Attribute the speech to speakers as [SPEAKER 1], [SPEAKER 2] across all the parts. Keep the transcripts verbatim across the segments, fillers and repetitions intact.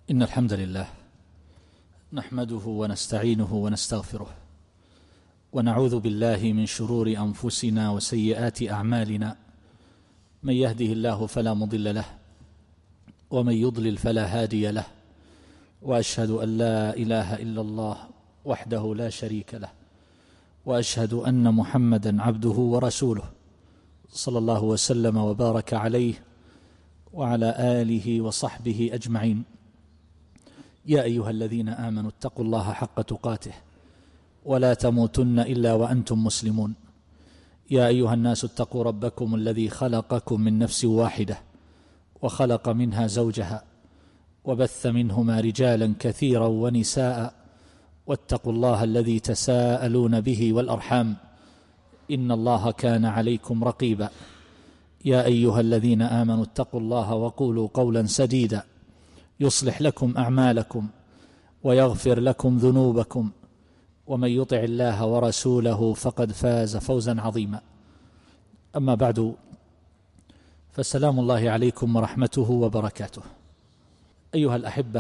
[SPEAKER 1] إن الحمد لله نحمده ونستعينه ونستغفره ونعوذ بالله من شرور أنفسنا وسيئات أعمالنا. من يهده الله فلا مضل له ومن يضلل فلا هادي له، وأشهد أن لا إله إلا الله وحده لا شريك له، وأشهد أن محمدا عبده ورسوله صلى الله وسلم وبارك عليه وعلى آله وصحبه أجمعين. يا أيها الذين آمنوا اتقوا الله حق تقاته ولا تموتن إلا وأنتم مسلمون. يا أيها الناس اتقوا ربكم الذي خلقكم من نفس واحدة وخلق منها زوجها وبث منهما رجالا كثيرا ونساء، واتقوا الله الذي تساءلون به والأرحام إن الله كان عليكم رقيبا. يا أيها الذين آمنوا اتقوا الله وقولوا قولا سديدا يصلح لكم أعمالكم ويغفر لكم ذنوبكم، ومن يطع الله ورسوله فقد فاز فوزا عظيما. أما بعد، فالسلام الله عليكم ورحمته وبركاته. أيها الأحبة،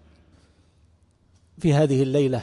[SPEAKER 1] في هذه الليلة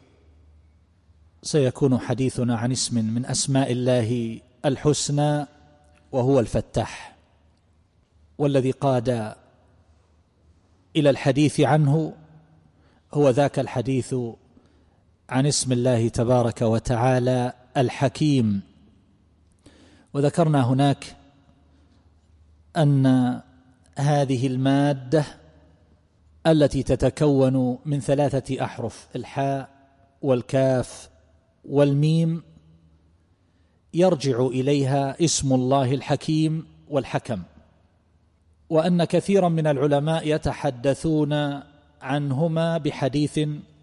[SPEAKER 1] سيكون حديثنا عن اسم من أسماء الله الحسنى، وهو الفتاح، والذي قاد إلى الحديث عنه هو ذاك الحديث عن اسم الله تبارك وتعالى الحكيم. وذكرنا هناك أن هذه المادة التي تتكون من ثلاثة أحرف، الحاء والكاف والميم، يرجع إليها اسم الله الحكيم والحكم، وأن كثيرا من العلماء يتحدثون عنهما بحديث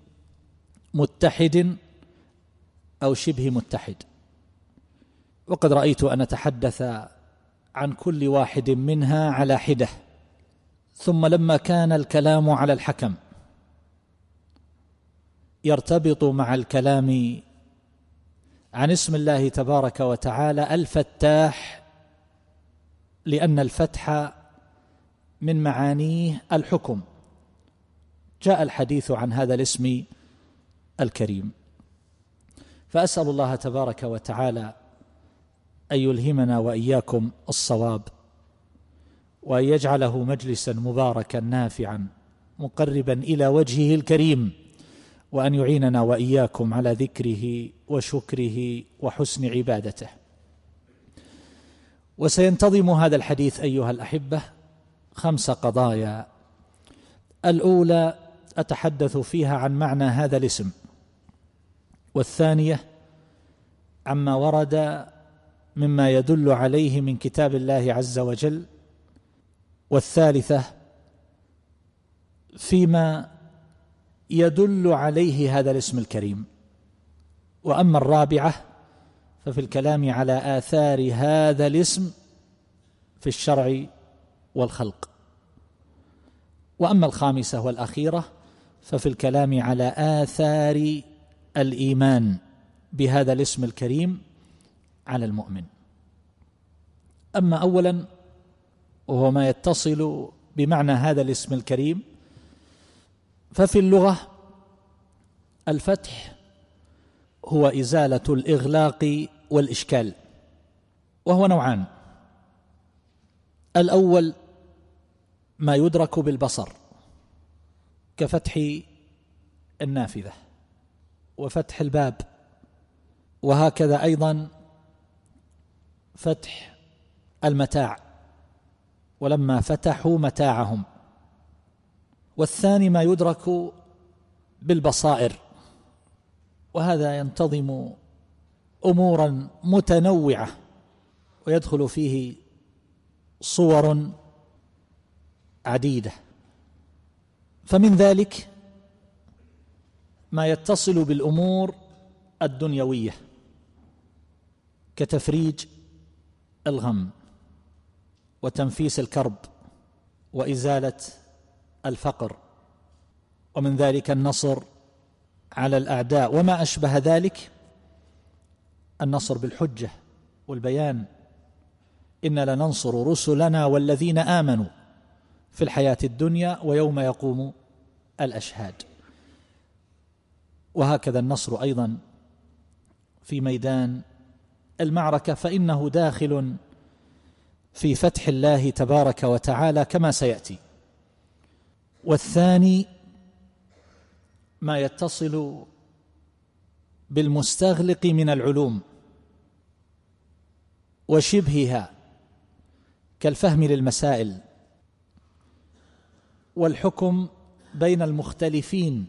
[SPEAKER 1] متحد أو شبه متحد، وقد رأيت أن أتحدث عن كل واحد منها على حدة. ثم لما كان الكلام على الحكم يرتبط مع الكلام عن اسم الله تبارك وتعالى الفتاح، لأن الفتح من معانيه الحكم، جاء الحديث عن هذا الاسم الكريم. فأسأل الله تبارك وتعالى أن يلهمنا وإياكم الصواب، وأن يجعله مجلسا مباركا نافعا مقربا إلى وجهه الكريم، وأن يعيننا وإياكم على ذكره وشكره وحسن عبادته. وسينتظم هذا الحديث أيها الأحبة خمس قضايا. الأولى أتحدث فيها عن معنى هذا الاسم، والثانية عما ورد مما يدل عليه من كتاب الله عز وجل، والثالثة فيما يدل عليه هذا الاسم الكريم، وأما الرابعة ففي الكلام على آثار هذا الاسم في الشرع والخلق، وأما الخامسة والأخيرة ففي الكلام على آثار الإيمان بهذا الاسم الكريم على المؤمن. أما أولا وهو ما يتصل بمعنى هذا الاسم الكريم، ففي اللغة الفتح هو إزالة الإغلاق والإشكال، وهو نوعان. الأول ما يدرك بالبصر كفتح النافذة وفتح الباب، وهكذا أيضا فتح المتاع ولما فتحوا متاعهم. والثاني ما يدرك بالبصائر، وهذا ينتظم أمورا متنوعة ويدخل فيه صور عديدة. فمن ذلك ما يتصل بالأمور الدنيوية كتفريج الغم وتنفيس الكرب وإزالة الفقر، ومن ذلك النصر على الأعداء وما أشبه ذلك، النصر بالحجة والبيان. إن لننصر رسلنا والذين آمنوا في الحياة الدنيا ويوم يقوم الأشهاد. وهكذا النصر أيضا في ميدان المعركة، فإنه داخل في فتح الله تبارك وتعالى كما سيأتي. والثاني ما يتصل بالمستغلق من العلوم وشبهها كالفهم للمسائل والحكم بين المختلفين.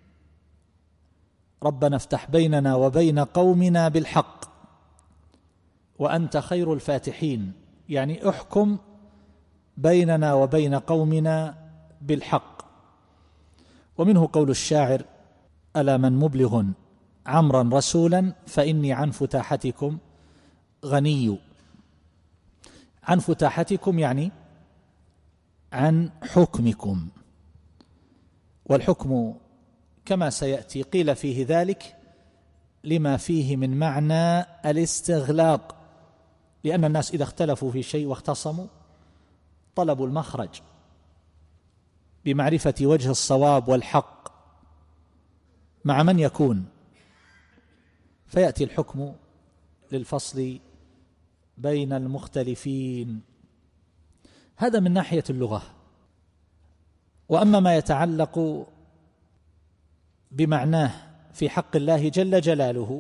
[SPEAKER 1] ربنا افتح بيننا وبين قومنا بالحق وأنت خير الفاتحين، يعني احكم بيننا وبين قومنا بالحق. ومنه قول الشاعر: ألا من مبلغ عمرا رسولا فإني عن فتاحتكم غني. عن فتاحتكم يعني عن حكمكم، والحكم كما سيأتي قيل فيه ذلك لما فيه من معنى الاستغلاق، لأن الناس إذا اختلفوا في شيء واختصموا طلبوا المخرج بمعرفة وجه الصواب والحق مع من يكون، فيأتي الحكم للفصل بين المختلفين. هذا من ناحية اللغة. وأما ما يتعلق بمعناه في حق الله جل جلاله،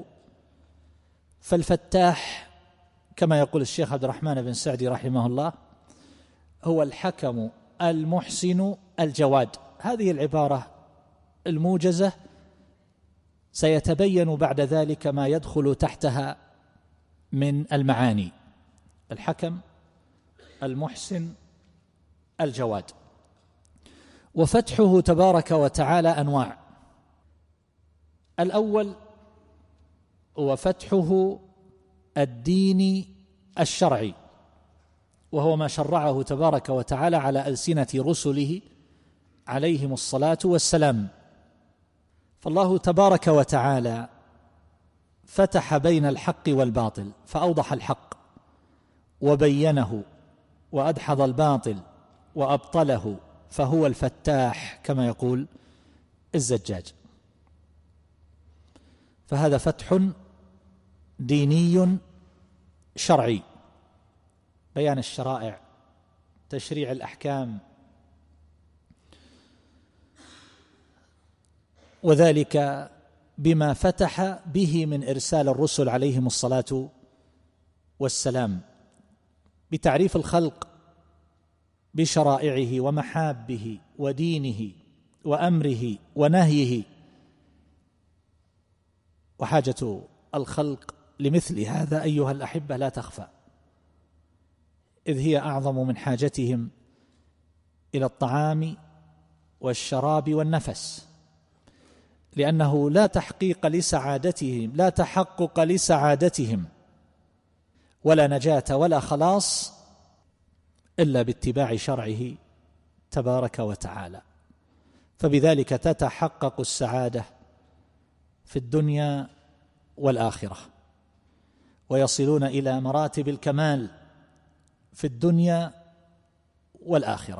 [SPEAKER 1] فالفتاح كما يقول الشيخ عبد الرحمن بن سعدي رحمه الله هو الحكم المحسن الجواد. هذه العبارة الموجزة سيتبين بعد ذلك ما يدخل تحتها من المعاني. الحكم المحسن الجواد. وفتحه تبارك وتعالى أنواع. الأول هو فتحه الديني الشرعي، وهو ما شرعه تبارك وتعالى على ألسنة رسله عليهم الصلاة والسلام. فالله تبارك وتعالى فتح بين الحق والباطل، فأوضح الحق وبينه وأدحض الباطل وأبطله، فهو الفتاح كما يقول الزجاج. فهذا فتح ديني شرعي، بيان الشرائع، تشريع الأحكام، وذلك بما فتح به من إرسال الرسل عليهم الصلاة والسلام، بتعريف الخلق بشرائعه ومحابه ودينه وأمره ونهيه. وحاجة الخلق لمثل هذا أيها الأحبة لا تخفى، إذ هي أعظم من حاجتهم إلى الطعام والشراب والنفس، لأنه لا تحقيق لسعادتهم، لا تحقق لسعادتهم ولا نجاة ولا خلاص إلا باتباع شرعه تبارك وتعالى. فبذلك تتحقق السعادة في الدنيا والآخرة، ويصلون إلى مراتب الكمال في الدنيا والآخرة.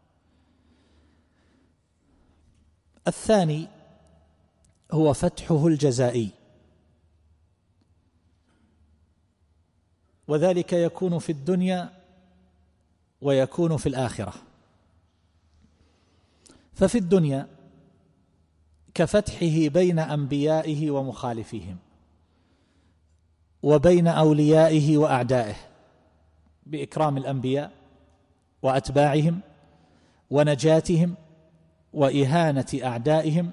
[SPEAKER 1] الثاني هو فتحه الجزائي، وذلك يكون في الدنيا ويكون في الآخرة. ففي الدنيا كفتحه بين أنبيائه ومخالفيهم، وبين أوليائه وأعدائه، بإكرام الأنبياء وأتباعهم ونجاتهم وإهانة أعدائهم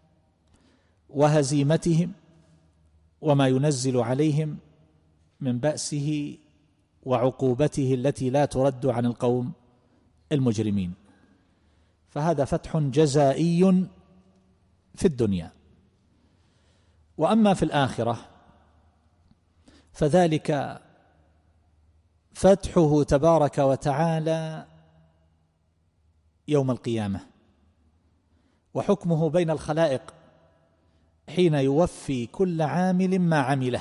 [SPEAKER 1] وهزيمتهم وما ينزل عليهم من بأسه وعقوبته التي لا ترد عن القوم المجرمين. فهذا فتح جزائي في الدنيا. وأما في الآخرة فذلك فتحه تبارك وتعالى يوم القيامة، وحكمه بين الخلائق حين يوفي كل عامل ما عمله.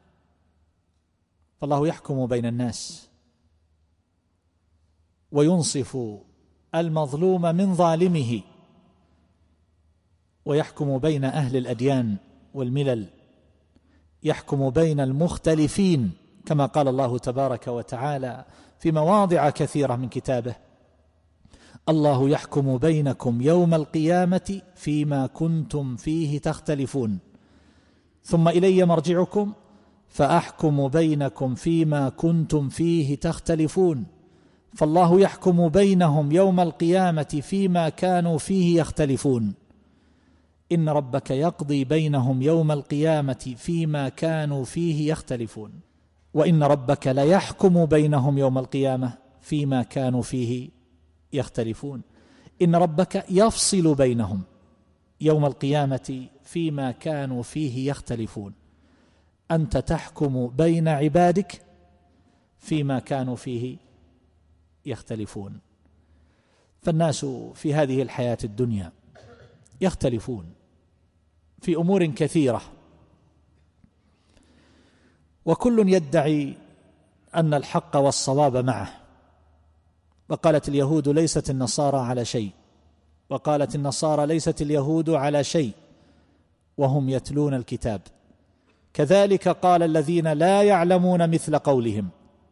[SPEAKER 1] فالله يحكم بين الناس وينصف المظلوم من ظالمه، ويحكم بين أهل الأديان والملل، يحكم بين المختلفين كما قال الله تبارك وتعالى في مواضع كثيرة من كتابه: الله يحكم بينكم يوم القيامة فيما كنتم فيه تختلفون ثم إلي مرجعكم فأحكم بينكم فيما كنتم فيه تختلفون. فالله يحكم بينهم يوم القيامة فيما كانوا فيه يختلفون. إن ربك يقضي بينهم يوم القيامة فيما كانوا فيه يختلفون، وإن ربك ليحكم بينهم يوم القيامة فيما كانوا فيه يختلفون. إن ربك يفصل بينهم يوم القيامة فيما كانوا فيه يختلفون. أنت تحكم بين عبادك فيما كانوا فيه يختلفون. فالناس في هذه الحياة الدنيا يختلفون في أمور كثيرة، وكل يدعي أن الحق والصواب معه. وقالت اليهود ليست النصارى على شيء، وقالت النصارى ليست اليهود على شيء وهم يتلون الكتاب. كذلك قال الذين لا يعلمون مثل قولهم.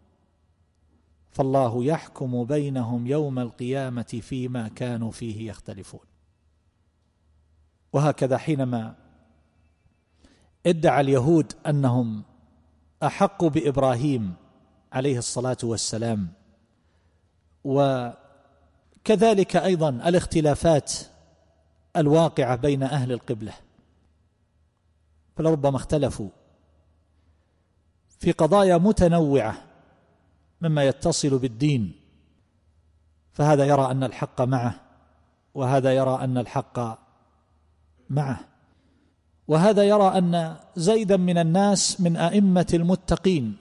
[SPEAKER 1] فالله يحكم بينهم يوم القيامة فيما كانوا فيه يختلفون. وهكذا حينما ادعى اليهود أنهم أحق بإبراهيم عليه الصلاة والسلام، وكذلك أيضا الاختلافات الواقعة بين أهل القبلة، فلربما اختلفوا في قضايا متنوعة مما يتصل بالدين، فهذا يرى أن الحق معه وهذا يرى أن الحق معه، وهذا يرى أن زيدا من الناس من أئمة المتقين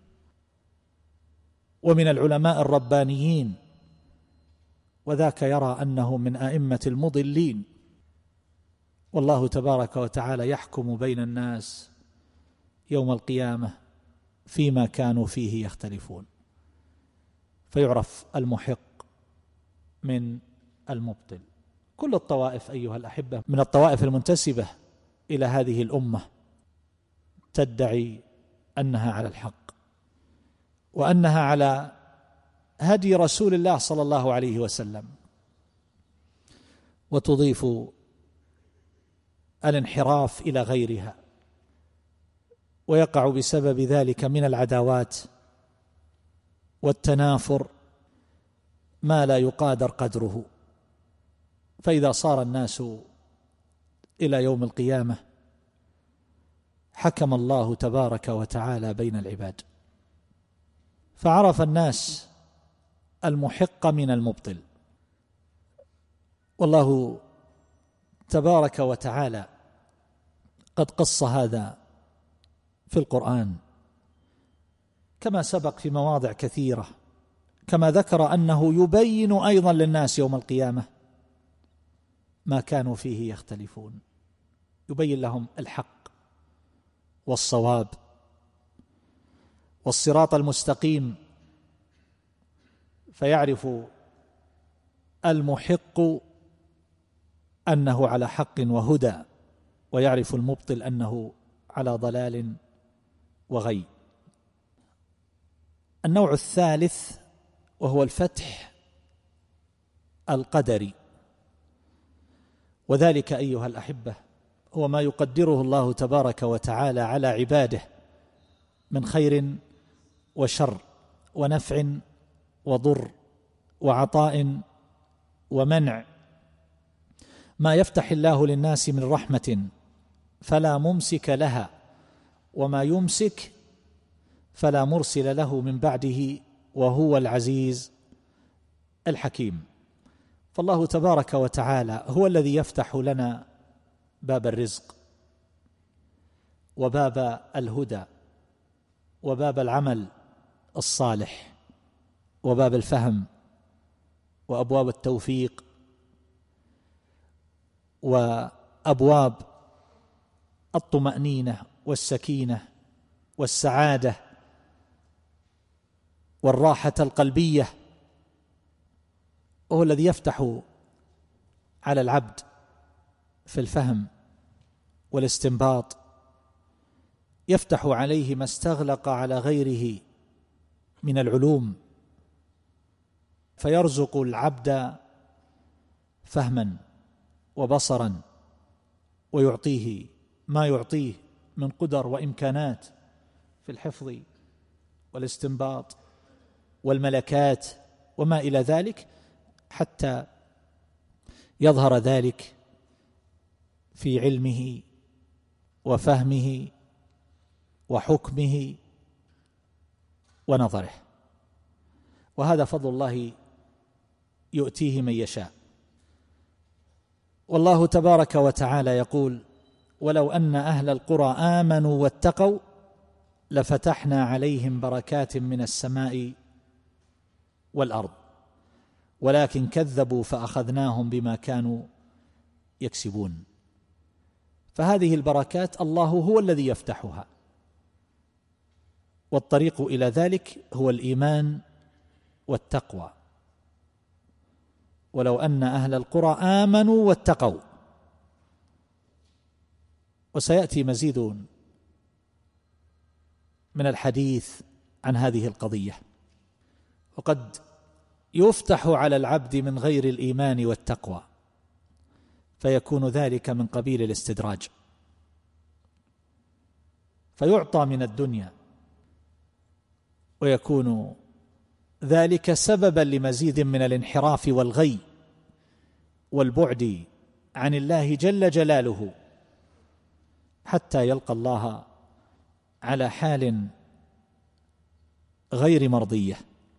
[SPEAKER 1] ومن العلماء الربانيين، وذاك يرى أنه من أئمة المضلين. والله تبارك وتعالى يحكم بين الناس يوم القيامة فيما كانوا فيه يختلفون، فيعرف المحق من المبطل. كل الطوائف أيها الأحبة من الطوائف المنتسبة إلى هذه الأمة تدعي أنها على الحق، وأنها على هدي رسول الله صلى الله عليه وسلم، وتضيف الانحراف إلى غيرها، ويقع بسبب ذلك من العداوات والتنافر ما لا يقادر قدره. فإذا صار الناس إلى يوم القيامة حكم الله تبارك وتعالى بين العباد، فعرف الناس المحق من المبطل. والله تبارك وتعالى قد قص هذا في القرآن كما سبق في مواضع كثيرة، كما ذكر أنه يبين أيضا للناس يوم القيامة ما كانوا فيه يختلفون، يبين لهم الحق والصواب والصراط المستقيم، فيعرف المحق أنه على حق وهدى، ويعرف المبطل أنه على ضلال وغي. النوع الثالث وهو الفتح القدري، وذلك أيها الأحبة هو ما يقدره الله تبارك وتعالى على عباده من خير وشر ونفع وضر وعطاء ومنع. ما يفتح الله للناس من رحمة فلا ممسك لها، وما يمسك فلا مرسل له من بعده، وهو العزيز الحكيم. فالله تبارك وتعالى هو الذي يفتح لنا باب الرزق وباب الهدى وباب العمل الصالح وباب الفهم وأبواب التوفيق وأبواب الطمأنينة والسكينة والسعادة والراحة القلبية. وهو الذي يفتح على العبد في الفهم والاستنباط، يفتح عليه ما استغلق على غيره من العلوم، فيرزق العبد فهما وبصرا، ويعطيه ما يعطيه من قدر وإمكانات في الحفظ والاستنباط والملكات وما إلى ذلك، حتى يظهر ذلك في علمه وفهمه وحكمه ونظره. وهذا فضل الله يؤتيه من يشاء. والله تبارك وتعالى يقول: ولو أن أهل القرى آمنوا واتقوا لفتحنا عليهم بركات من السماء والأرض ولكن كذبوا فأخذناهم بما كانوا يكسبون. فهذه البركات الله هو الذي يفتحها، والطريق إلى ذلك هو الإيمان والتقوى. ولو أن أهل القرى آمنوا واتقوا. وسيأتي مزيد من الحديث عن هذه القضية. وقد يفتح على العبد من غير الإيمان والتقوى، فيكون ذلك من قبيل الاستدراج، فيعطى من الدنيا، ويكون ذلك سببا لمزيد من الانحراف والغي والبعد عن الله جل جلاله، حتى يلقى الله على حال غير مرضية.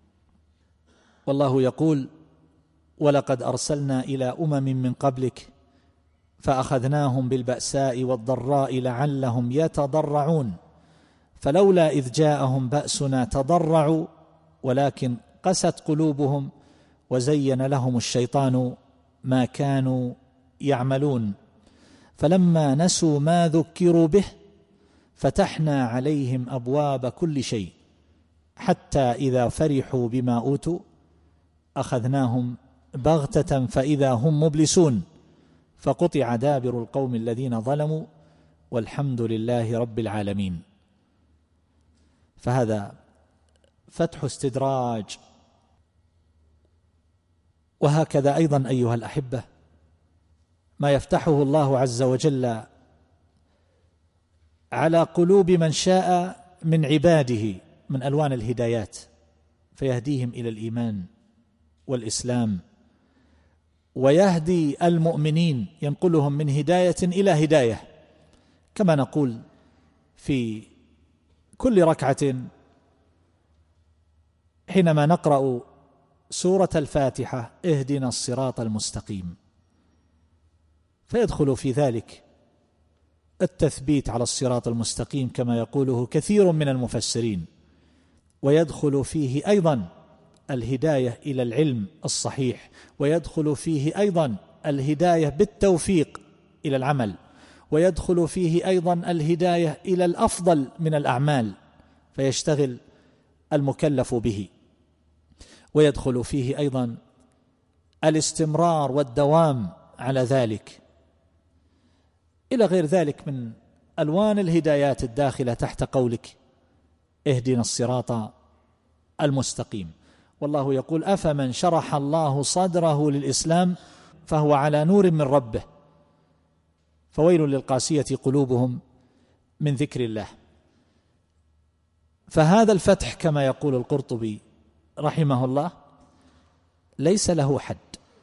[SPEAKER 1] والله يقول: ولقد أرسلنا إلى أمم من قبلك فأخذناهم بالبأساء والضراء لعلهم يتضرعون فلولا إذ جاءهم بأسنا تضرعوا ولكن قست قلوبهم وزين لهم الشيطان ما كانوا يعملون فلما نسوا ما ذكروا به فتحنا عليهم أبواب كل شيء حتى إذا فرحوا بما أوتوا أخذناهم بغتة فإذا هم مبلسون فقطع دابر القوم الذين ظلموا والحمد لله رب العالمين. فهذا فتح استدراج. وهكذا أيضا أيها الأحبة ما يفتحه الله عز وجل على قلوب من شاء من عباده من ألوان الهدايات، فيهديهم إلى الإيمان والإسلام، ويهدي المؤمنين ينقلهم من هداية إلى هداية، كما نقول في كل ركعة حينما نقرأ سورة الفاتحة: اهدنا الصراط المستقيم، فيدخل في ذلك التثبيت على الصراط المستقيم كما يقوله كثير من المفسرين، ويدخل فيه أيضا الهداية إلى العلم الصحيح، ويدخل فيه أيضا الهداية بالتوفيق إلى العمل، ويدخل فيه أيضا الهداية إلى الأفضل من الأعمال فيشتغل المكلف به، ويدخل فيه أيضا الاستمرار والدوام على ذلك، إلى غير ذلك من ألوان الهدايات الداخلة تحت قولك اهدنا الصراط المستقيم. والله يقول: أفمن شرح الله صدره للإسلام فهو على نور من ربه فويل للقاسية قلوبهم من ذكر الله. فهذا الفتح كما يقول القرطبي رحمه الله ليس له حد،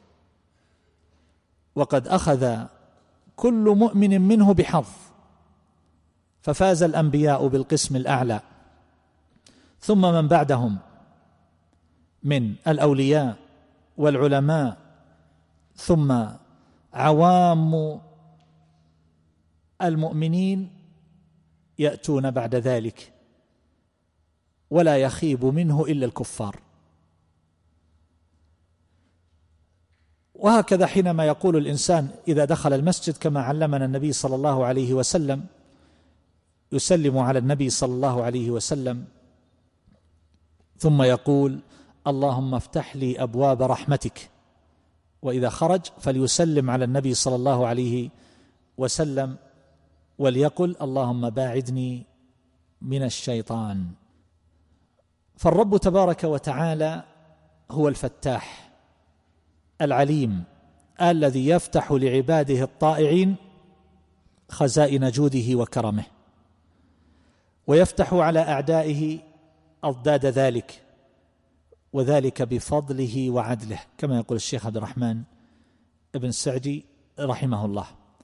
[SPEAKER 1] وقد أخذ كل مؤمن منه بحظ، ففاز الأنبياء بالقسم الأعلى، ثم من بعدهم من الأولياء والعلماء، ثم عوام المؤمنين يأتون بعد ذلك، ولا يخيب منه إلا الكفار. وهكذا حينما يقول الإنسان إذا دخل المسجد كما علمنا النبي صلى الله عليه وسلم يسلم على النبي صلى الله عليه وسلم ثم يقول: اللهم افتح لي أبواب رحمتك، وإذا خرج فليسلم على النبي صلى الله عليه وسلم وليقل اللهم باعدني من الشيطان. فالرب تبارك وتعالى هو الفتاح العليم الذي يفتح لعباده الطائعين خزائن جوده وكرمه، ويفتح على أعدائه أضداد ذلك، وذلك بفضله وعدله، كما يقول الشيخ عبد الرحمن ابن السعدي رحمه الله.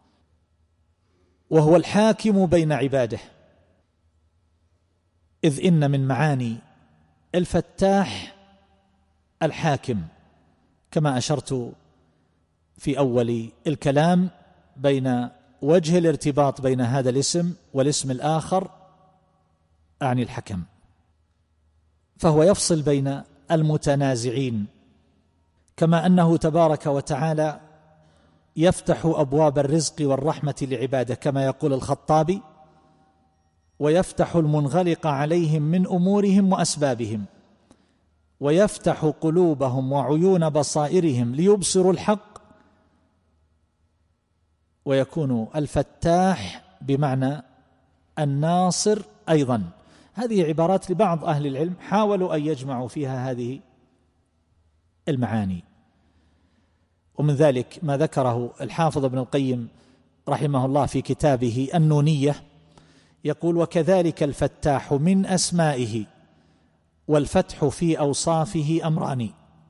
[SPEAKER 1] وهو الحاكم بين عباده، إذ إن من معاني الفتاح الحاكم، كما أشرت في أول الكلام بين وجه الارتباط بين هذا الاسم والاسم الآخر أعني الحكم. فهو يفصل بين المتنازعين، كما أنه تبارك وتعالى يفتح أبواب الرزق والرحمة لعباده، كما يقول الخطابي: ويفتح المنغلق عليهم من أمورهم وأسبابهم، ويفتح قلوبهم وعيون بصائرهم ليبصروا الحق. ويكون الفتاح بمعنى الناصر أيضا. هذه عبارات لبعض أهل العلم حاولوا أن يجمعوا فيها هذه المعاني، ومن ذلك ما ذكره الحافظ ابن القيم رحمه الله في كتابه النونية، يقول: وكذلك الفتاح من أسمائه، والفتح في أوصافه أمران: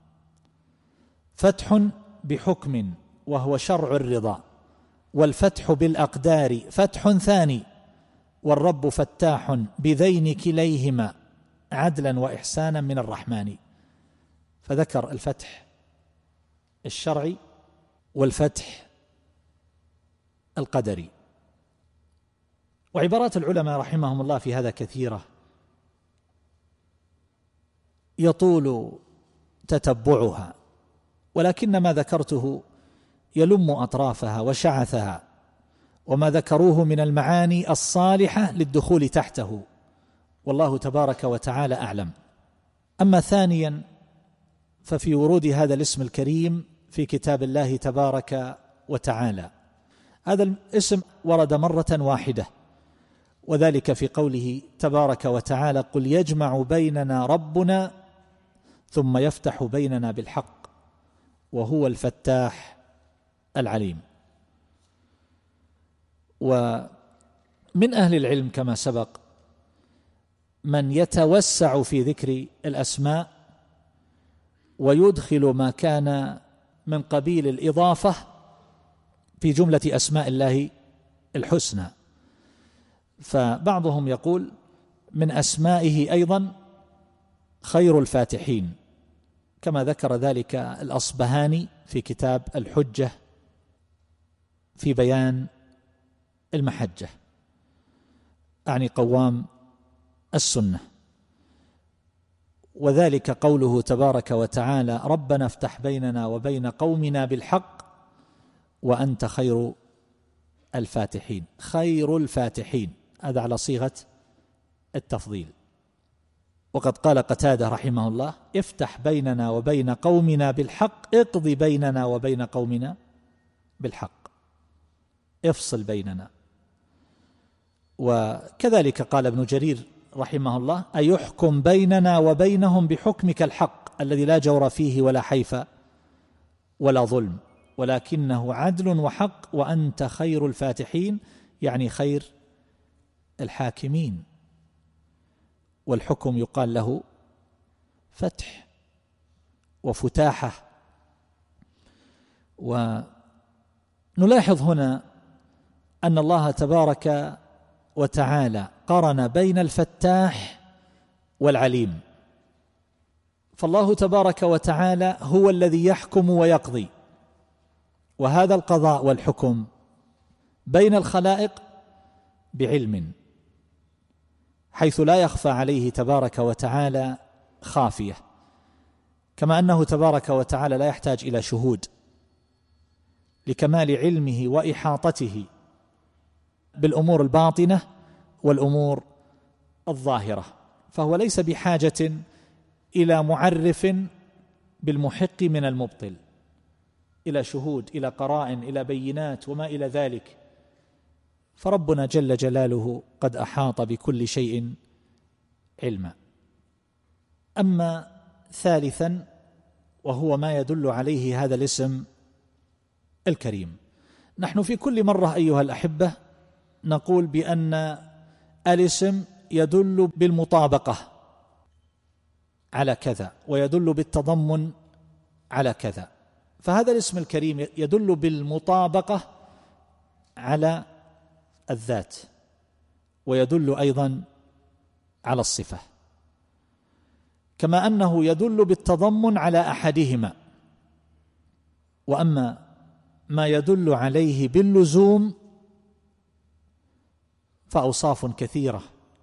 [SPEAKER 1] فتح بحكم وهو شرع الرضا، والفتح بالأقدار فتح ثاني، والرب فتاح بذين كليهما عدلا وإحسانا من الرحمن. فذكر الفتح الشرعي والفتح القدري. وعبارات العلماء رحمهم الله في هذا كثيرة، يطول تتبعها، ولكن ما ذكرته يلم أطرافها وشعثها، وما ذكروه من المعاني الصالحة للدخول تحته، والله تبارك وتعالى أعلم. أما ثانيا ففي ورود هذا الاسم الكريم في كتاب الله تبارك وتعالى، هذا الاسم ورد مرة واحدة، وذلك في قوله تبارك وتعالى: قل يجمع بيننا ربنا ثم يفتح بيننا بالحق وهو الفتاح العليم. ومن أهل العلم كما سبق من يتوسع في ذكر الأسماء ويدخل ما كان من قبيل الإضافة في جملة أسماء الله الحسنى. فبعضهم يقول من أسمائه أيضا خير الفاتحين، كما ذكر ذلك الأصبهاني في كتاب الحجة في بيان المحجة، أعني قوام السنة. وذلك قوله تبارك وتعالى: ربنا افتح بيننا وبين قومنا بالحق وأنت خير الفاتحين. خير الفاتحين هذا على صيغة التفضيل. وقد قال قتادة رحمه الله: افتح بيننا وبين قومنا بالحق، اقضي بيننا وبين قومنا بالحق، افصل بيننا. وكذلك قال ابن جرير رحمه الله: أيحكم بيننا وبينهم بحكمك الحق الذي لا جور فيه ولا حيف ولا ظلم، ولكنه عدل وحق وأنت خير الفاتحين، يعني خير الحاكمين. والحكم يقال له فتح وفتاحة. ونلاحظ هنا أن الله تبارك وتعالى قرن بين الفتاح والعليم، فالله تبارك وتعالى هو الذي يحكم ويقضي، وهذا القضاء والحكم بين الخلائق بعلم، حيث لا يخفى عليه تبارك وتعالى خافية، كما أنه تبارك وتعالى لا يحتاج إلى شهود لكمال علمه وإحاطته بالأمور الباطنة والأمور الظاهرة، فهو ليس بحاجة إلى معرف بالمحق من المبطل، إلى شهود، إلى قرائن، إلى بينات وما إلى ذلك، فربنا جل جلاله قد أحاط بكل شيء علما. أما ثالثا وهو ما يدل عليه هذا الاسم الكريم، نحن في كل مرة أيها الأحبة نقول بأن الاسم يدل بالمطابقة على كذا ويدل بالتضمن على كذا، فهذا الاسم الكريم يدل بالمطابقة على الذات ويدل أيضا على الصفة، كما أنه يدل بالتضمن على أحدهما. وأما ما يدل عليه باللزوم فأوصاف كثيرة،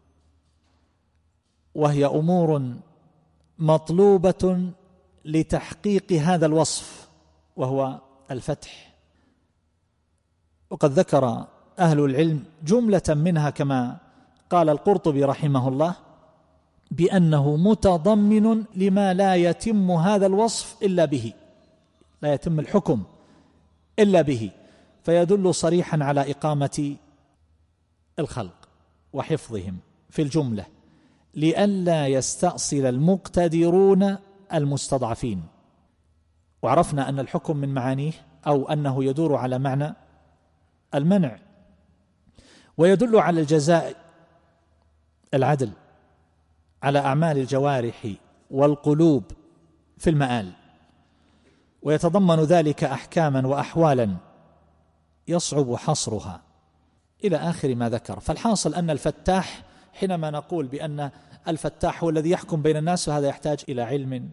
[SPEAKER 1] وهي أمور مطلوبة لتحقيق هذا الوصف وهو الفتح. وقد ذكر أهل العلم جملة منها كما قال القرطبي رحمه الله بأنه متضمن لما لا يتم هذا الوصف إلا به، لا يتم الحكم إلا به، فيدل صريحا على إقامة الخلق وحفظهم في الجملة لئلا يستأصل المقتدرون المستضعفين. وعرفنا أن الحكم من معانيه أو أنه يدور على معنى المنع، ويدل على الجزاء العدل على أعمال الجوارح والقلوب في المآل، ويتضمن ذلك أحكاما وأحوالا يصعب حصرها إلى آخر ما ذكر. فالحاصل أن الفتاح حينما نقول بأن الفتاح هو الذي يحكم بين الناس فهذا يحتاج إلى علم،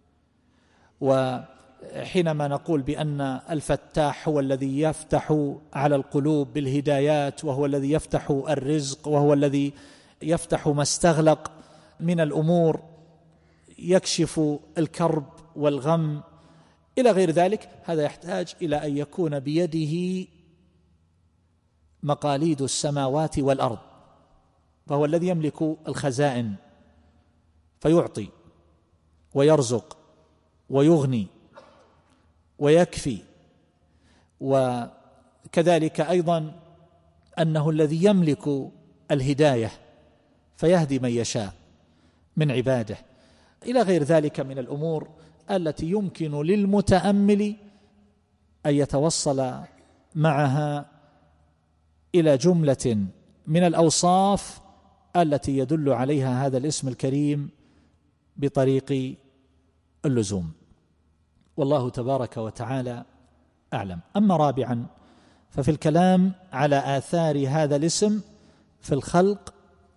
[SPEAKER 1] وحينما نقول بأن الفتاح هو الذي يفتح على القلوب بالهدايات وهو الذي يفتح الرزق وهو الذي يفتح ما استغلق من الأمور، يكشف الكرب والغم إلى غير ذلك، هذا يحتاج إلى أن يكون بيده مقاليد السماوات والأرض، فهو الذي يملك الخزائن فيعطي ويرزق ويغني ويكفي، وكذلك أيضا أنه الذي يملك الهداية فيهدي من يشاء من عباده إلى غير ذلك من الأمور التي يمكن للمتأمل أن يتوصل معها إلى جملة من الأوصاف التي يدل عليها هذا الاسم الكريم بطريق اللزوم، والله تبارك وتعالى أعلم. أما رابعا ففي الكلام على آثار هذا الاسم في الخلق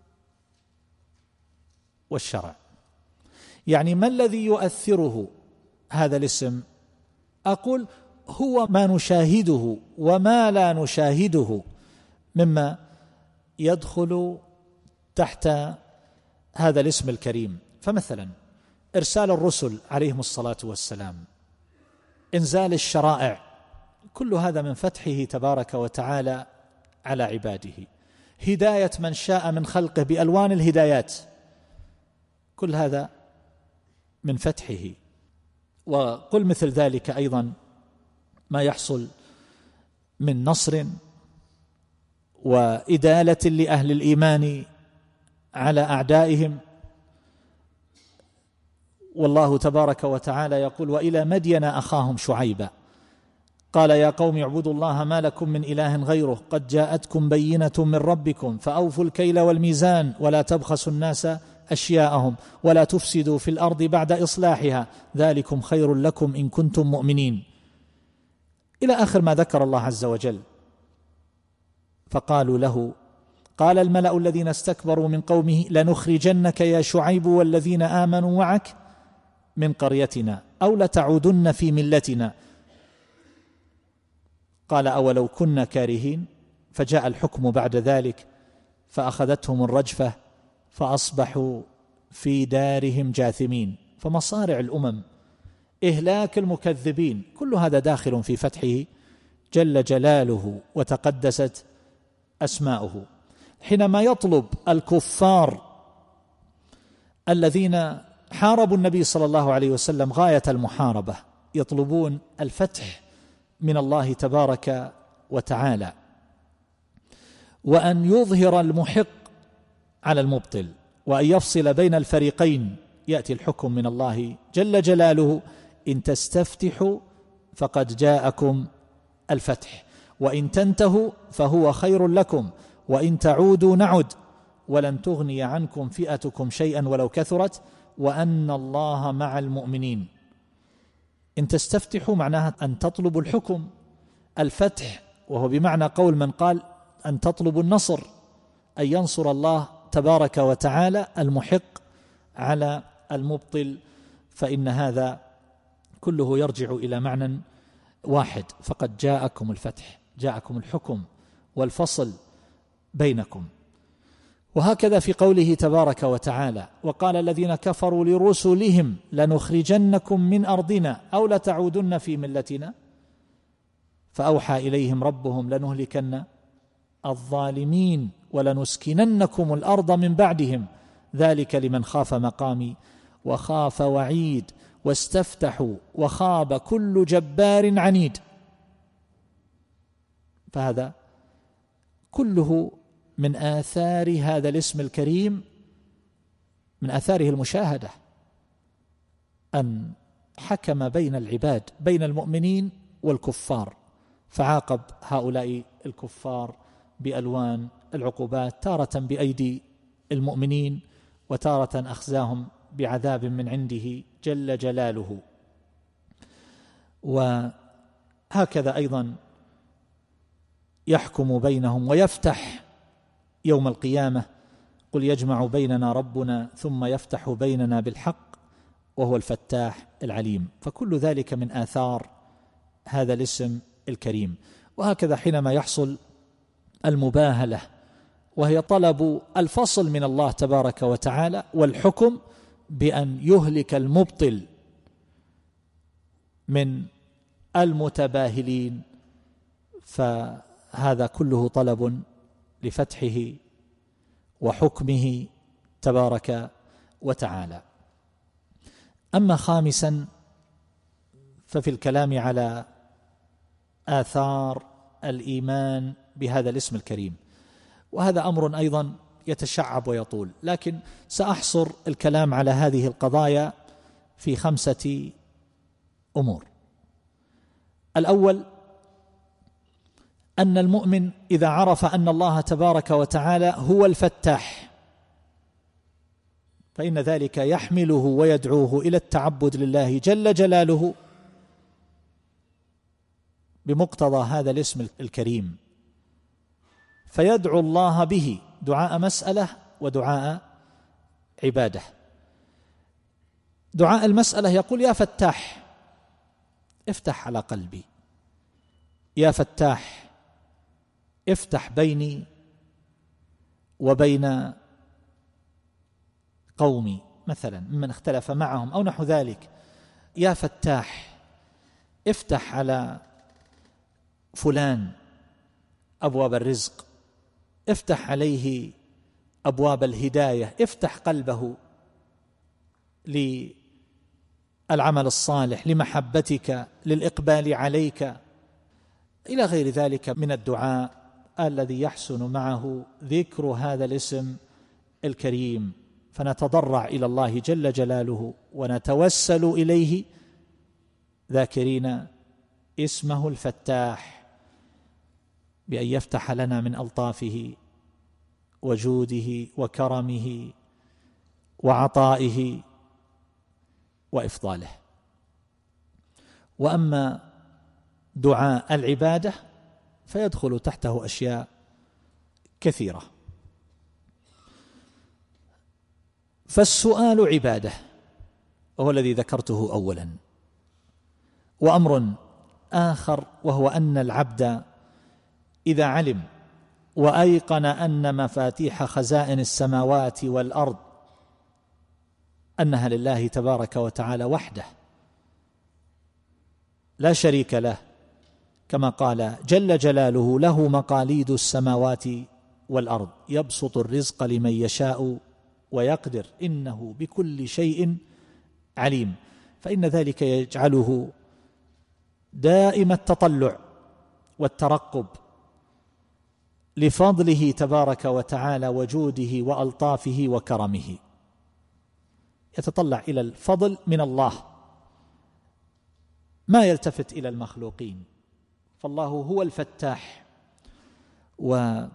[SPEAKER 1] والشرع، يعني ما الذي يؤثره هذا الاسم؟ أقول هو ما نشاهده وما لا نشاهده مما يدخل تحت هذا الاسم الكريم. فمثلا إرسال الرسل عليهم الصلاة والسلام، إنزال الشرائع، كل هذا من فتحه تبارك وتعالى على عباده، هداية من شاء من خلقه بألوان الهدايات، كل هذا من فتحه. وقل مثل ذلك أيضا ما يحصل من نصر وإدالة لأهل الإيمان على أعدائهم. والله تبارك وتعالى يقول وإلى مدين أخاهم شعيبا قال يا قوم اعبدوا الله ما لكم من إله غيره قد جاءتكم بينة من ربكم فأوفوا الكيل والميزان ولا تبخسوا الناس أشياءهم ولا تفسدوا في الأرض بعد إصلاحها ذلكم خير لكم إن كنتم مؤمنين، إلى آخر ما ذكر الله عز وجل. فقالوا له قال الملأ الذين استكبروا من قومه لنخرجنك يا شعيب والذين آمنوا معك من قريتنا أو لتعودن في ملتنا قال أولو كنا كارهين فجاء الحكم بعد ذلك فأخذتهم الرجفة فأصبحوا في دارهم جاثمين. فمصارع الأمم، إهلاك المكذبين، كل هذا داخل في فتحه جل جلاله وتقدست أسماؤه. حينما يطلب الكفار الذين حاربوا النبي صلى الله عليه وسلم غاية المحاربة يطلبون الفتح من الله تبارك وتعالى، وأن يظهر المحق على المبطل، وأن يفصل بين الفريقين. يأتي الحكم من الله جل جلاله: إن تستفتحوا فقد جاءكم الفتح، وإن تنتهوا فهو خير لكم، وإن تعودوا نعد، ولن تغني عنكم فئتكم شيئا ولو كثرت، وأن الله مع المؤمنين. إن تستفتحوا معناها أن تطلبوا الحكم، الفتح، وهو بمعنى قول من قال أن تطلبوا النصر، أن ينصر الله تبارك وتعالى المحق على المبطل. فإن هذا كله يرجع إلى معنى واحد: فقد جاءكم الفتح، جاءكم الحكم والفصل بينكم. وهكذا في قوله تبارك وتعالى: وقال الذين كفروا لرسلهم لنخرجنكم من أرضنا أو لتعودن في ملتنا، فأوحى إليهم ربهم لنهلكن الظالمين ولنسكننكم الأرض من بعدهم ذلك لمن خاف مقامي وخاف وعيد واستفتحوا وخاب كل جبار عنيد. فهذا كله من آثار هذا الاسم الكريم، من آثاره المشاهدة، أن حكم بين العباد، بين المؤمنين والكفار، فعاقب هؤلاء الكفار بألوان العقوبات، تارة بأيدي المؤمنين وتارة أخزاهم بعذاب من عنده جل جلاله. وهكذا أيضا يحكم بينهم ويفتح يوم القيامة: قل يجمع بيننا ربنا ثم يفتح بيننا بالحق وهو الفتاح العليم. فكل ذلك من آثار هذا الاسم الكريم. وهكذا حينما يحصل المباهلة، وهي طلب الفصل من الله تبارك وتعالى والحكم بأن يهلك المبطل من المتباهلين، فهذا كله طلب لفتحه وحكمه تبارك وتعالى. أما خامسا ففي الكلام على آثار الإيمان بهذا الاسم الكريم، وهذا أمر أيضا يتشعب ويطول، لكن سأحصر الكلام على هذه القضايا في خمسة أمور. الأول: أن المؤمن إذا عرف أن الله تبارك وتعالى هو الفتاح فإن ذلك يحمله ويدعوه إلى التعبد لله جل جلاله بمقتضى هذا الاسم الكريم، فيدعو الله به دعاء مسألة ودعاء عبادة. دعاء المسألة يقول: يا فتاح افتح على قلبي، يا فتاح افتح بيني وبين قومي مثلا ممن اختلف معهم أو نحو ذلك، يا فتاح افتح على فلان أبواب الرزق، افتح عليه أبواب الهداية، افتح قلبه للعمل الصالح، لمحبتك، للإقبال عليك، إلى غير ذلك من الدعاء الذي يحسن معه ذكر هذا الاسم الكريم. فنتضرع إلى الله جل جلاله ونتوسل إليه ذاكرين اسمه الفتاح بأن يفتح لنا من ألطافه وجوده وكرمه وعطائه وإفضاله. وأما دعاء العبادة فيدخل تحته أشياء كثيرة. فالسؤال عبادة وهو الذي ذكرته أولا. وأمر آخر وهو أن العبد إذا علم وأيقن أن مفاتيح خزائن السماوات والأرض أنها لله تبارك وتعالى وحده لا شريك له، كما قال جل جلاله: له مقاليد السماوات والأرض يبسط الرزق لمن يشاء ويقدر إنه بكل شيء عليم. فإن ذلك يجعله دائم التطلع والترقب لفضله تبارك وتعالى وجوده وألطافه وكرمه، يتطلع إلى الفضل من الله، ما يلتفت إلى المخلوقين، فالله هو الفتاح. والمرأة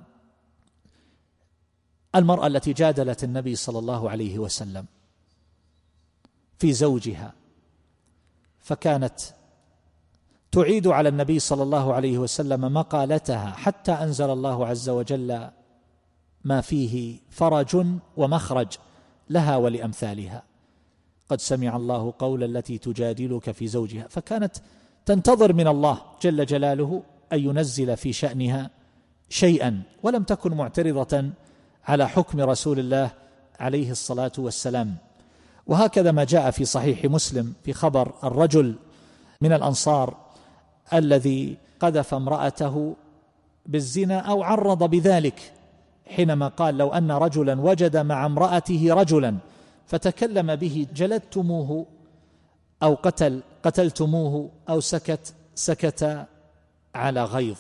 [SPEAKER 1] التي جادلت النبي صلى الله عليه وسلم في زوجها، فكانت تعيد على النبي صلى الله عليه وسلم مقالتها حتى أنزل الله عز وجل ما فيه فرج ومخرج لها ولأمثالها: قد سمع الله قول التي تجادلك في زوجها. فكانت تنتظر من الله جل جلاله أن ينزل في شأنها شيئا، ولم تكن معترضة على حكم رسول الله عليه الصلاة والسلام. وهكذا ما جاء في صحيح مسلم في خبر الرجل من الأنصار الذي قذف امرأته بالزنا أو عرض بذلك، حينما قال: لو أن رجلا وجد مع امرأته رجلا فتكلم به جلدتموه أو قتل قتلتموه أو سكت سكت على غيظ.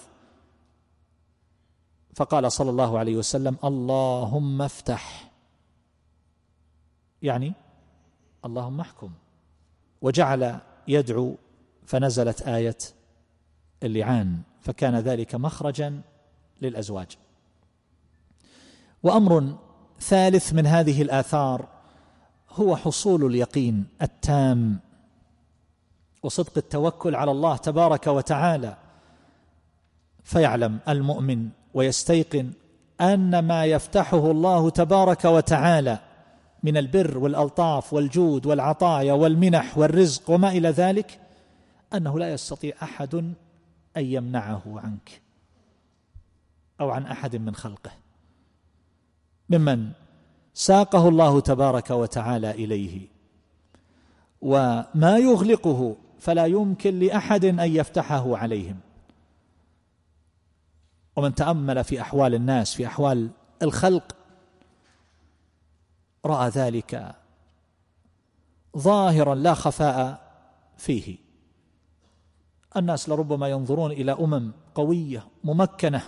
[SPEAKER 1] فقال صلى الله عليه وسلم: اللهم افتح، يعني اللهم احكم، وجعل يدعو، فنزلت آية اللعان، فكان ذلك مخرجا للأزواج. وأمر ثالث من هذه الآثار هو حصول اليقين التام وصدق التوكل على الله تبارك وتعالى، فيعلم المؤمن ويستيقن أن ما يفتحه الله تبارك وتعالى من البر والألطاف والجود والعطايا والمنح والرزق وما إلى ذلك، أنه لا يستطيع أحد أن يمنعه عنك أو عن أحد من خلقه، ممن ساقه الله تبارك وتعالى إليه، وما يغلقه فلا يمكن لأحد أن يفتحه عليهم. ومن تأمل في أحوال الناس، في أحوال الخلق، رأى ذلك ظاهرا لا خفاء فيه. الناس لربما ينظرون إلى أمم قوية ممكنة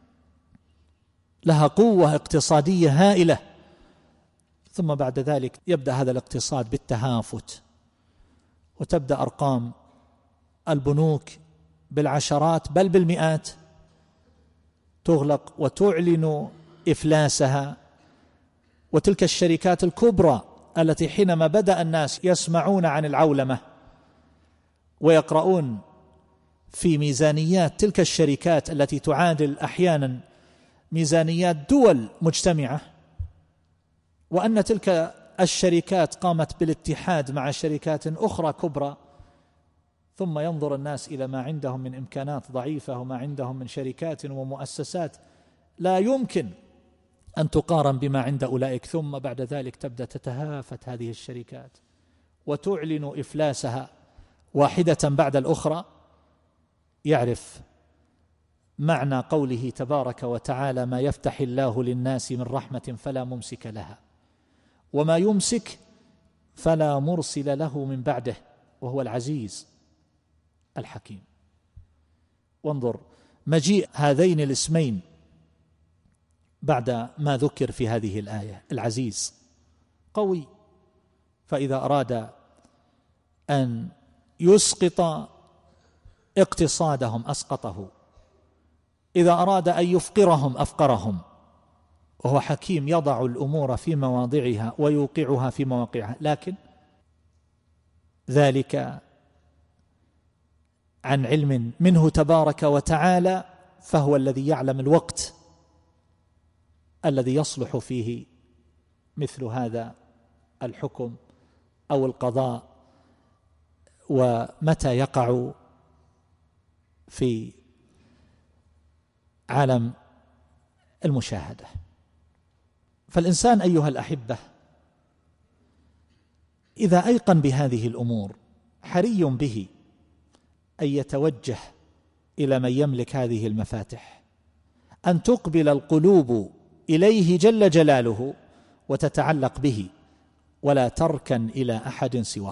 [SPEAKER 1] لها قوة اقتصادية هائلة، ثم بعد ذلك يبدأ هذا الاقتصاد بالتهافت، وتبدأ أرقام البنوك بالعشرات بل بالمئات تغلق وتعلن إفلاسها. وتلك الشركات الكبرى التي حينما بدأ الناس يسمعون عن العولمة ويقرؤون في ميزانيات تلك الشركات التي تعادل أحيانا ميزانيات دول مجتمعة، وأن تلك الشركات قامت بالاتحاد مع شركات أخرى كبرى، ثم ينظر الناس إلى ما عندهم من إمكانات ضعيفة وما عندهم من شركات ومؤسسات لا يمكن أن تقارن بما عند أولئك، ثم بعد ذلك تبدأ تتهافت هذه الشركات وتعلن إفلاسها واحدة بعد الأخرى. يعرف معنى قوله تبارك وتعالى: ما يفتح الله للناس من رحمة فلا ممسك لها وما يمسك فلا مرسل له من بعده وهو العزيز الحكيم. وانظر مجيء هذين الاسمين بعد ما ذكر في هذه الآية: العزيز قوي، فإذا أراد أن يسقط اقتصادهم أسقطه، إذا أراد أن يفقرهم أفقرهم، وهو حكيم يضع الأمور في مواضعها ويوقعها في مواقعها. لكن ذلك عن علم منه تبارك وتعالى، فهو الذي يعلم الوقت الذي يصلح فيه مثل هذا الحكم أو القضاء، ومتى يقع في عالم المشاهدة. فالإنسان أيها الأحبة إذا أيقن بهذه الأمور حري به أن يتوجه إلى من يملك هذه المفاتح، أن تقبل القلوب إليه جل جلاله وتتعلق به، ولا تركن إلى أحد سواه.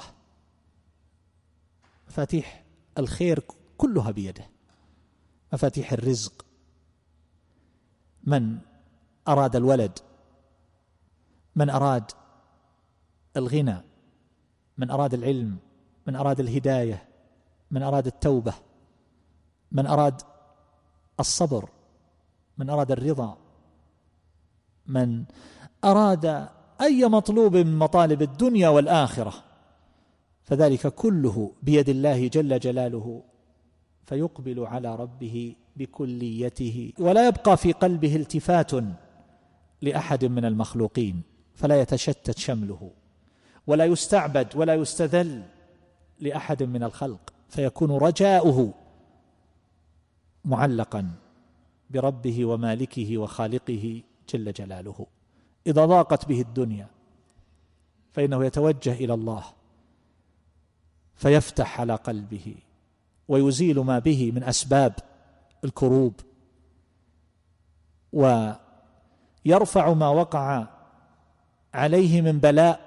[SPEAKER 1] مفاتيح الخير كلها بيده، مفاتيح الرزق، من أراد الولد، من أراد الغنى، من أراد العلم، من أراد الهداية، من أراد التوبة، من أراد الصبر، من أراد الرضا، من أراد أي مطلوب من مطالب الدنيا والآخرة، فذلك كله بيد الله جل جلاله، فيقبل على ربه بكليته، ولا يبقى في قلبه التفات لأحد من المخلوقين، فلا يتشتت شمله، ولا يستعبد ولا يستذل لأحد من الخلق، فيكون رجاؤه معلقا بربه ومالكه وخالقه جل جلاله. إذا ضاقت به الدنيا فإنه يتوجه إلى الله فيفتح على قلبه ويزيل ما به من أسباب الكروب، ويرفع ما وقع عليه من بلاء،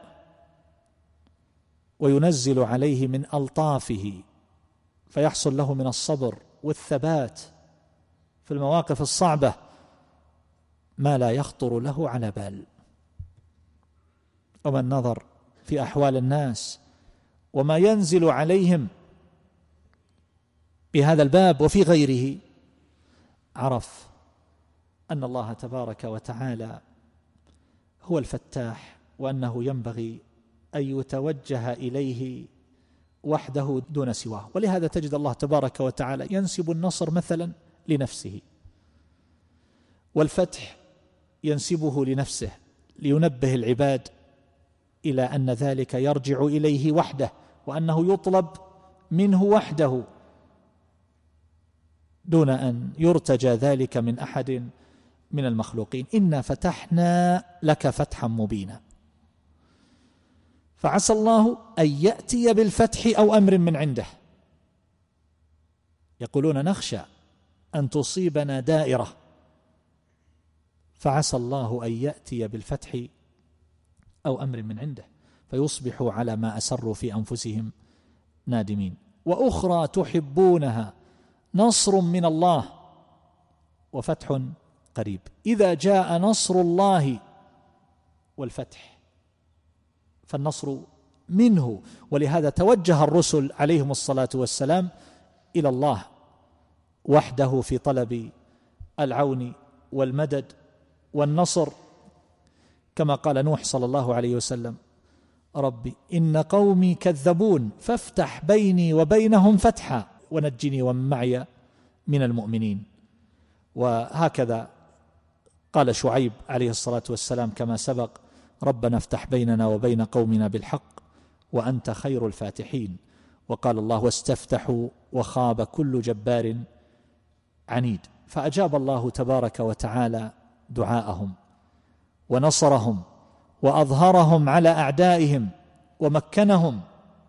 [SPEAKER 1] وينزل عليه من ألطافه، فيحصل له من الصبر والثبات في المواقف الصعبة ما لا يخطر له على بال. ومن نظر في أحوال الناس وما ينزل عليهم بهذا الباب وفي غيره عرف أن الله تبارك وتعالى هو الفتاح، وأنه ينبغي أن يتوجه إليه وحده دون سواه. ولهذا تجد الله تبارك وتعالى ينسب النصر مثلا لنفسه، والفتح ينسبه لنفسه، لينبه العباد إلى أن ذلك يرجع إليه وحده، وأنه يطلب منه وحده دون أن يرتجى ذلك من أحد من المخلوقين. إنا فتحنا لك فتحا مبينا. فعسى الله أن يأتي بالفتح أو أمر من عنده. يقولون نخشى أن تصيبنا دائرة، فعسى الله أن يأتي بالفتح أو أمر من عنده فيصبحوا على ما أسروا في أنفسهم نادمين. وأخرى تحبونها نصر من الله وفتح قريب. إذا جاء نصر الله والفتح فالنصر منه، ولهذا توجه الرسل عليهم الصلاة والسلام إلى الله وحده في طلب العون والمدد والنصر، كما قال نوح صلى الله عليه وسلم: ربي إن قومي كذبون فافتح بيني وبينهم فتحا ونجني ومن معي من المؤمنين. وهكذا قال شعيب عليه الصلاة والسلام كما سبق: ربنا افتح بيننا وبين قومنا بالحق وأنت خير الفاتحين. وقال الله: واستفتحوا وخاب كل جبار عنيد. فأجاب الله تبارك وتعالى دعاءهم ونصرهم وأظهرهم على أعدائهم ومكنهم.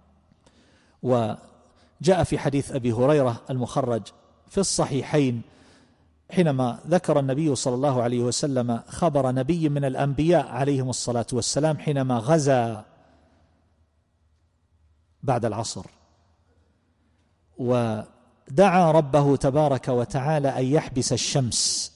[SPEAKER 1] وجاء في حديث أبي هريرة المخرج في الصحيحين حينما ذكر النبي صلى الله عليه وسلم خبر نبي من الأنبياء عليهم الصلاة والسلام حينما غزا بعد العصر ودعا ربه تبارك وتعالى أن يحبس الشمس،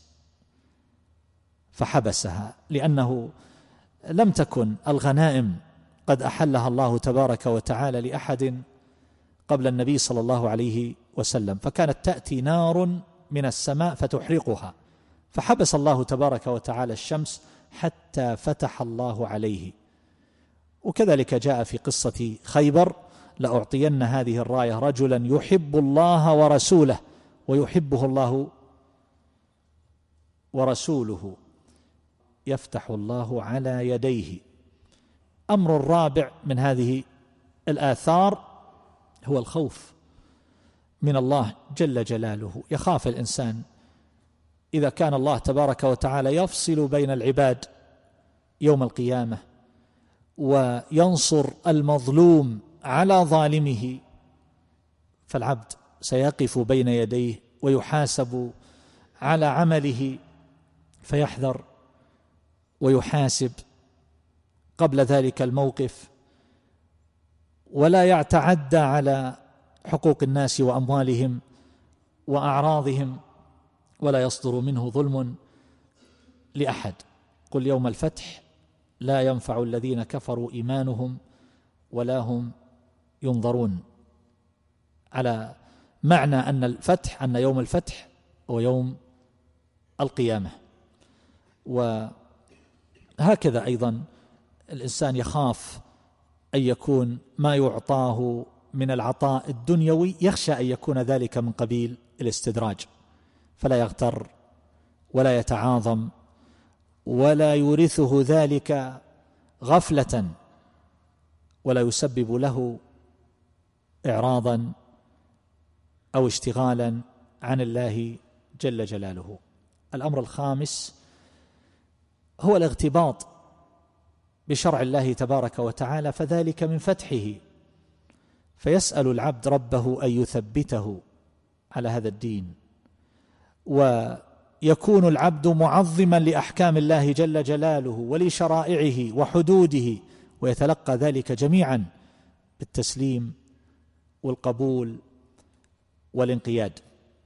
[SPEAKER 1] فحبسها لأنه لم تكن الغنائم قد أحلها الله تبارك وتعالى لأحد قبل النبي صلى الله عليه وسلم، فكانت تأتي نار من السماء فتحرقها، فحبس الله تبارك وتعالى الشمس حتى فتح الله عليه. وكذلك جاء في قصة خيبر: لأعطين هذه الراية رجلا يحب الله ورسوله ويحبه الله ورسوله يفتح الله على يديه. أمر الرابع من هذه الآثار هو الخوف من الله جل جلاله. يخاف الإنسان إذا كان الله تبارك وتعالى يفصل بين العباد يوم القيامة وينصر المظلوم على ظالمه، فالعبد سيقف بين يديه ويحاسب على عمله، فيحذر ويحاسب قبل ذلك الموقف، ولا يتعدى على حقوق الناس وأموالهم وأعراضهم، ولا يصدر منه ظلم لأحد. قل يوم الفتح لا ينفع الذين كفروا إيمانهم ولا هم ينظرون، على معنى أن الفتح أن يوم الفتح هو يوم القيامة. وهكذا أيضا الإنسان يخاف أن يكون ما يعطاه من العطاء الدنيوي، يخشى أن يكون ذلك من قبيل الاستدراج، فلا يغتر ولا يتعاظم ولا يورثه ذلك غفلة ولا يسبب له إعراضا أو اشتغالا عن الله جل جلاله. الأمر الخامس هو الاغتباط بشرع الله تبارك وتعالى، فذلك من فتحه، فيسأل العبد ربه أن يثبته على هذا الدين، ويكون العبد معظما لأحكام الله جل جلاله ولشرائعه وحدوده، ويتلقى ذلك جميعا بالتسليم والقبول والانقياد.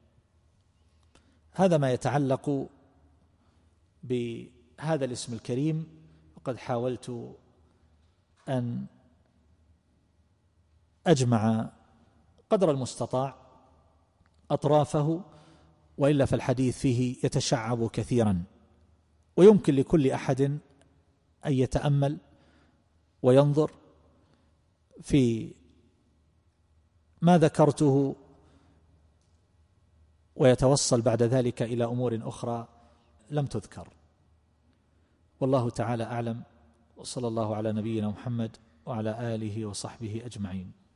[SPEAKER 1] هذا ما يتعلق بهذا الاسم الكريم، وقد حاولت أن أجمع قدر المستطاع أطرافه، وإلا فالحديث فيه يتشعب كثيرا، ويمكن لكل أحد أن يتأمل وينظر في ما ذكرته ويتوصل بعد ذلك إلى أمور أخرى لم تذكر. والله تعالى أعلم، وصلى الله على نبينا محمد وعلى آله وصحبه أجمعين.